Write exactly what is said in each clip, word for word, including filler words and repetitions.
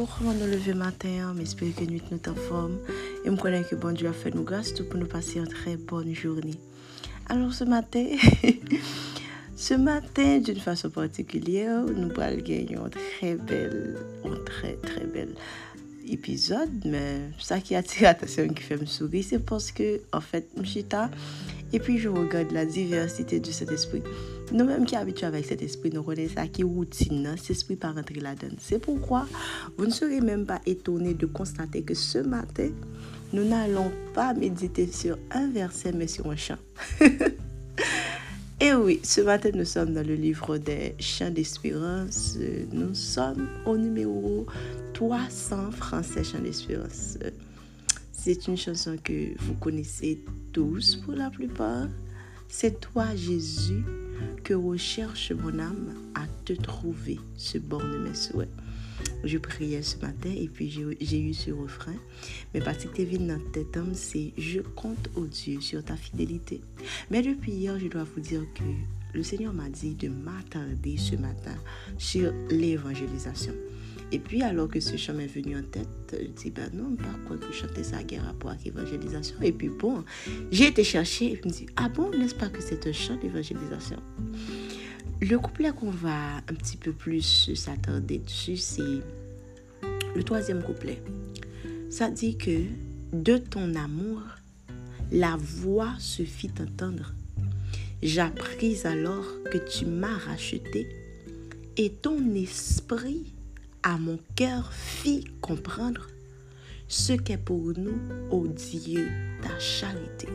Bonjour, comment nous lever matin, j'espère que nuit nous en forme et je connais que bon Dieu a fait nous grâce tout pour nous passer une très bonne journée. Alors ce matin, ce matin d'une façon particulière, nous allons gagner un très bel, un très très bel épisode, mais ça qui attire l'attention qui fait me sourire, c'est parce que en fait, m'chita et puis je regarde la diversité de cet esprit. Nous-mêmes qui habitués avec cet esprit, nous connaissons ça qui est routine, cet esprit pas rentrer là-dedans. C'est pourquoi vous ne serez même pas étonnés de constater que ce matin, nous n'allons pas méditer sur un verset, mais sur un chant. Et oui, ce matin, nous sommes dans le livre des Chants d'Espérance. Nous sommes au numéro trois cents, français Chants d'Espérance. C'est une chanson que vous connaissez tous pour la plupart. C'est toi, Jésus, que recherche mon âme à te trouver, ce borne mes souhaits. Je priais ce matin et puis j'ai, j'ai eu ce refrain. Mais parce que tu es venu dans tête, c'est « Je compte, ô Dieu, sur ta fidélité ». Mais depuis hier, je dois vous dire que le Seigneur m'a dit de m'attarder ce matin sur l'évangélisation. Et puis, alors que ce chant m'est venu en tête, je dis, ben non, par quoi que chanter ça a un rapport avec l'évangélisation. Et puis bon, j'ai été chercher et je me dis, ah bon, n'est-ce pas que c'est un chant d'évangélisation? Le couplet qu'on va un petit peu plus s'attarder dessus, c'est le troisième couplet. Ça dit que de ton amour, la voix se fit entendre. J'appris alors que tu m'as racheté et ton esprit à mon cœur fit comprendre ce qu'est pour nous, ô Dieu, ta charité.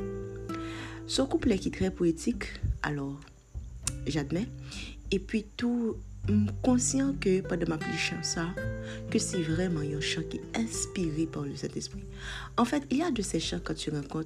Ce couplet qui est très poétique, alors j'admets, et puis tout, conscient que pendant ma plus chant ça, que c'est vraiment un chant qui est inspiré par le Saint-Esprit. En fait, il y a de ces chants quand tu rencontres,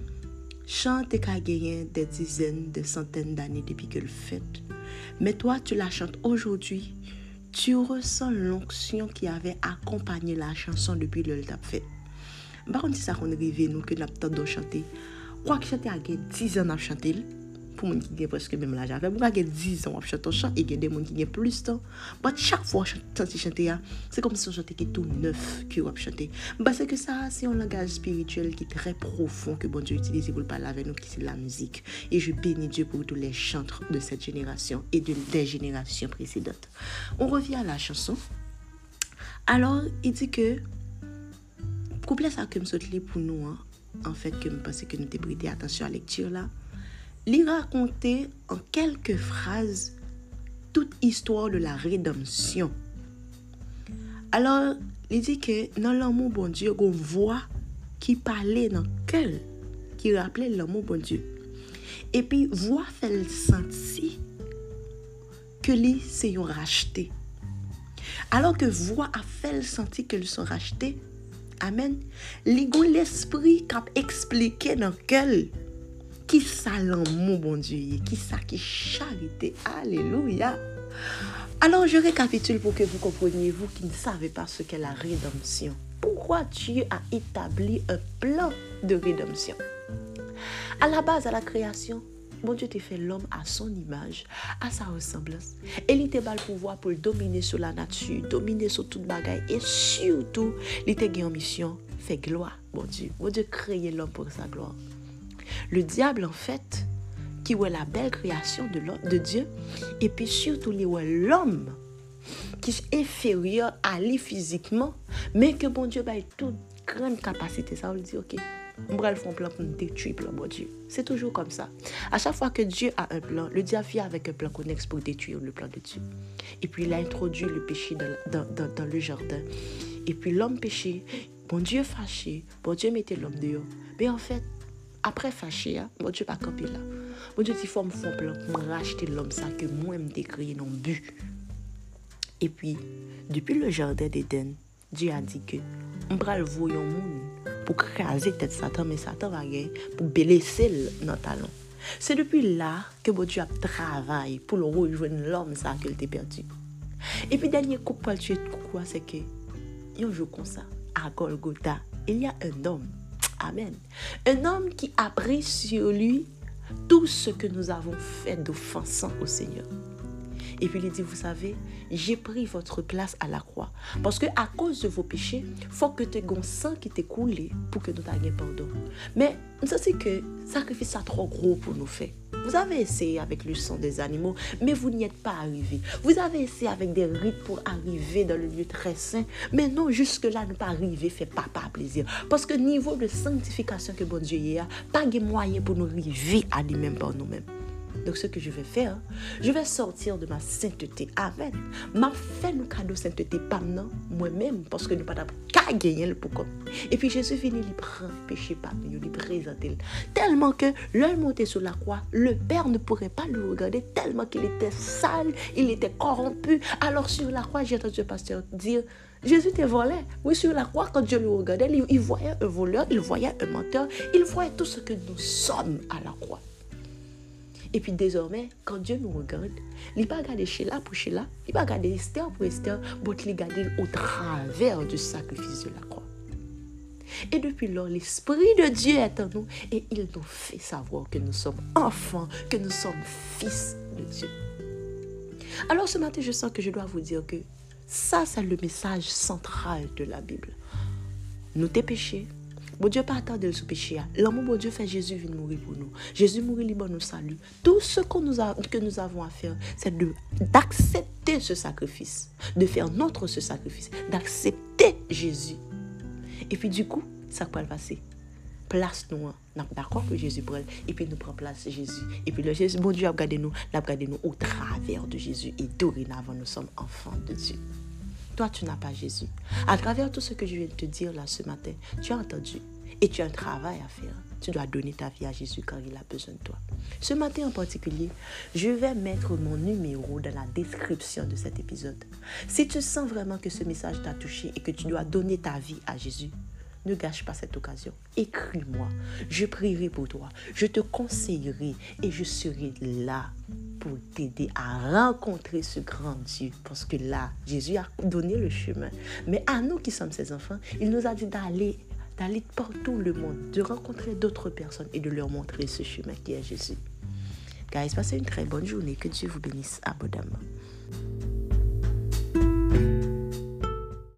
chant qui a gagné des dizaines, des centaines d'années depuis que le fait, mais toi tu la chantes aujourd'hui. Tu ressens l'onction qui avait accompagné la chanson depuis le temps fait. Par contre, c'est ça qu'on est arrivé, nous, que nous avons chanté. Quoi que chanter à dix ans à chanter, pour les gens qui ont presque même l'âge avec, pour les dix ans à chanter un chant, et il y a des gens qui ont plus de temps. Mais chaque fois que je chante, c'est comme si on chantait tout neuf que vous chantez. Parce que ça, c'est un langage spirituel qui est très profond que bon Dieu utilise pour parler avec nous, qui c'est la musique. Et je bénis Dieu pour tous les chanteurs de cette génération et de, des générations précédentes. On revient à la chanson. Alors, il dit que, couplet ça que me saute pour nous, hein, en fait, que je pense que nous devons prêter attention à la lecture là. Il raconter en quelques phrases toute histoire de la rédemption. Alors, il dit que dans l'amour bon Dieu, on voit qui parlait dans quel, qui rappelait l'amour bon Dieu. Et puis, voix fait sentir que lui, c'est un racheté. Alors que voix a fait sentir qu'ils sont rachetés, amen, l'ego l'esprit qui a expliqué dans quel qui ça l'amour bon Dieu, qui ça qui charité, alléluia. Alors je récapitule pour que vous compreniez, vous qui ne savez pas ce qu'est la rédemption. Pourquoi Dieu a établi un plan de rédemption? À la base, à la création, bon Dieu t'a fait l'homme à son image, à sa ressemblance. Et il t'a le pouvoir pour dominer sur la nature, dominer sur toute bagaille. Et surtout, il t'a gagné en mission, fait gloire, bon Dieu. Bon Dieu créé l'homme pour sa gloire. Le diable, en fait, qui est la belle création de, de Dieu, et puis surtout, il est l'homme qui est inférieur à lui physiquement, mais que bon Dieu a toute grande capacité. Ça veut dire, ok, on va faire un plan pour nous détruire, plan, bon Dieu. C'est toujours comme ça. À chaque fois que Dieu a un plan, le diable vient avec un plan connexe pour détruire le plan de Dieu. Et puis, il a introduit le péché dans, dans, dans, dans le jardin. Et puis, l'homme péché, bon Dieu fâché, bon Dieu mettait l'homme dehors. Mais en fait, après fâché, hein, bon Dieu pas camper là. Bon Dieu, il faut me faire un plan pour racheter l'homme ça que moi-même t'ai créé dans le but. Et puis, depuis le jardin d'Éden, Dieu a dit que on va le voir un monde pour craser tête Satan, mais Satan va gagner pour blesser dans talon. C'est depuis là que bon Dieu a travaillé pour le rejoindre l'homme ça qu'il t'a perdu. Et puis dernier coup pour le tuer quoi, c'est que un jour comme ça à Golgotha, il y a un homme. Amen. Un homme qui a pris sur lui tout ce que nous avons fait d'offensant au Seigneur. Et puis il dit, vous savez, j'ai pris votre place à la croix. Parce que à cause de vos péchés, il faut que tu aies un sang qui t'est coulé pour que nous t'ayons pardon. Mais ça c'est que le sacrifice est trop gros pour nous faire. Vous avez essayé avec le sang des animaux, mais vous n'y êtes pas arrivé. Vous avez essayé avec des rites pour arriver dans le lieu très saint, mais non, jusque-là, ne pas arriver fait papa plaisir. Parce que niveau de sanctification que bon Dieu y a, pas de moyen pour nous arriver à lui-même par nous-mêmes. Donc, ce que je vais faire, je vais sortir de ma sainteté. Amen. Ma fait nous cadeau sainteté, pas maintenant, moi-même, parce que nous pas qu'à gagner le pour comme. Et puis, Jésus venu, il prend péché par nous, il présente. Tellement que l'homme monté sur la croix, le Père ne pourrait pas le regarder, tellement qu'il était sale, il était corrompu. Alors, sur la croix, j'ai entendu le pasteur dire, Jésus te volait. Oui, sur la croix, quand Dieu le regardait, il, il voyait un voleur, il voyait un menteur, il voyait tout ce que nous sommes à la croix. Et puis désormais, quand Dieu nous regarde, il ne va pas regarder Sheila pour Sheila, il va regarder Esther pour Esther, mais il regarde au travers du sacrifice de la croix. Et depuis lors, l'Esprit de Dieu est en nous et il nous fait savoir que nous sommes enfants, que nous sommes fils de Dieu. Alors ce matin, je sens que je dois vous dire que ça, c'est le message central de la Bible. Nous t'es péchés. Bon Dieu pas attendre le péché. L'amour bon Dieu fait Jésus venir mourir pour nous. Jésus mourir libre nous salut. Tout ce que nous, a, que nous avons à faire, c'est de, d'accepter ce sacrifice, de faire notre ce sacrifice, d'accepter Jésus. Et puis du coup, ça va passer. Place nous, nous d'accord que Jésus prenne, et puis nous prend place Jésus. Et puis le Jésus, bon Dieu a regardé nous, a regardé nous au travers de Jésus. Et dorénavant, nous sommes enfants de Dieu. Toi, tu n'as pas Jésus. À travers tout ce que je viens de te dire là ce matin, tu as entendu. Et tu as un travail à faire. Tu dois donner ta vie à Jésus quand il a besoin de toi. Ce matin en particulier, je vais mettre mon numéro dans la description de cet épisode. Si tu sens vraiment que ce message t'a touché et que tu dois donner ta vie à Jésus, ne gâche pas cette occasion. Écris-moi. Je prierai pour toi. Je te conseillerai et je serai là pour t'aider à rencontrer ce grand Dieu. Parce que là, Jésus a donné le chemin. Mais à nous qui sommes ses enfants, il nous a dit d'aller, d'aller partout le monde, de rencontrer d'autres personnes et de leur montrer ce chemin qui est Jésus. Guys, passez une très bonne journée. Que Dieu vous bénisse abondamment.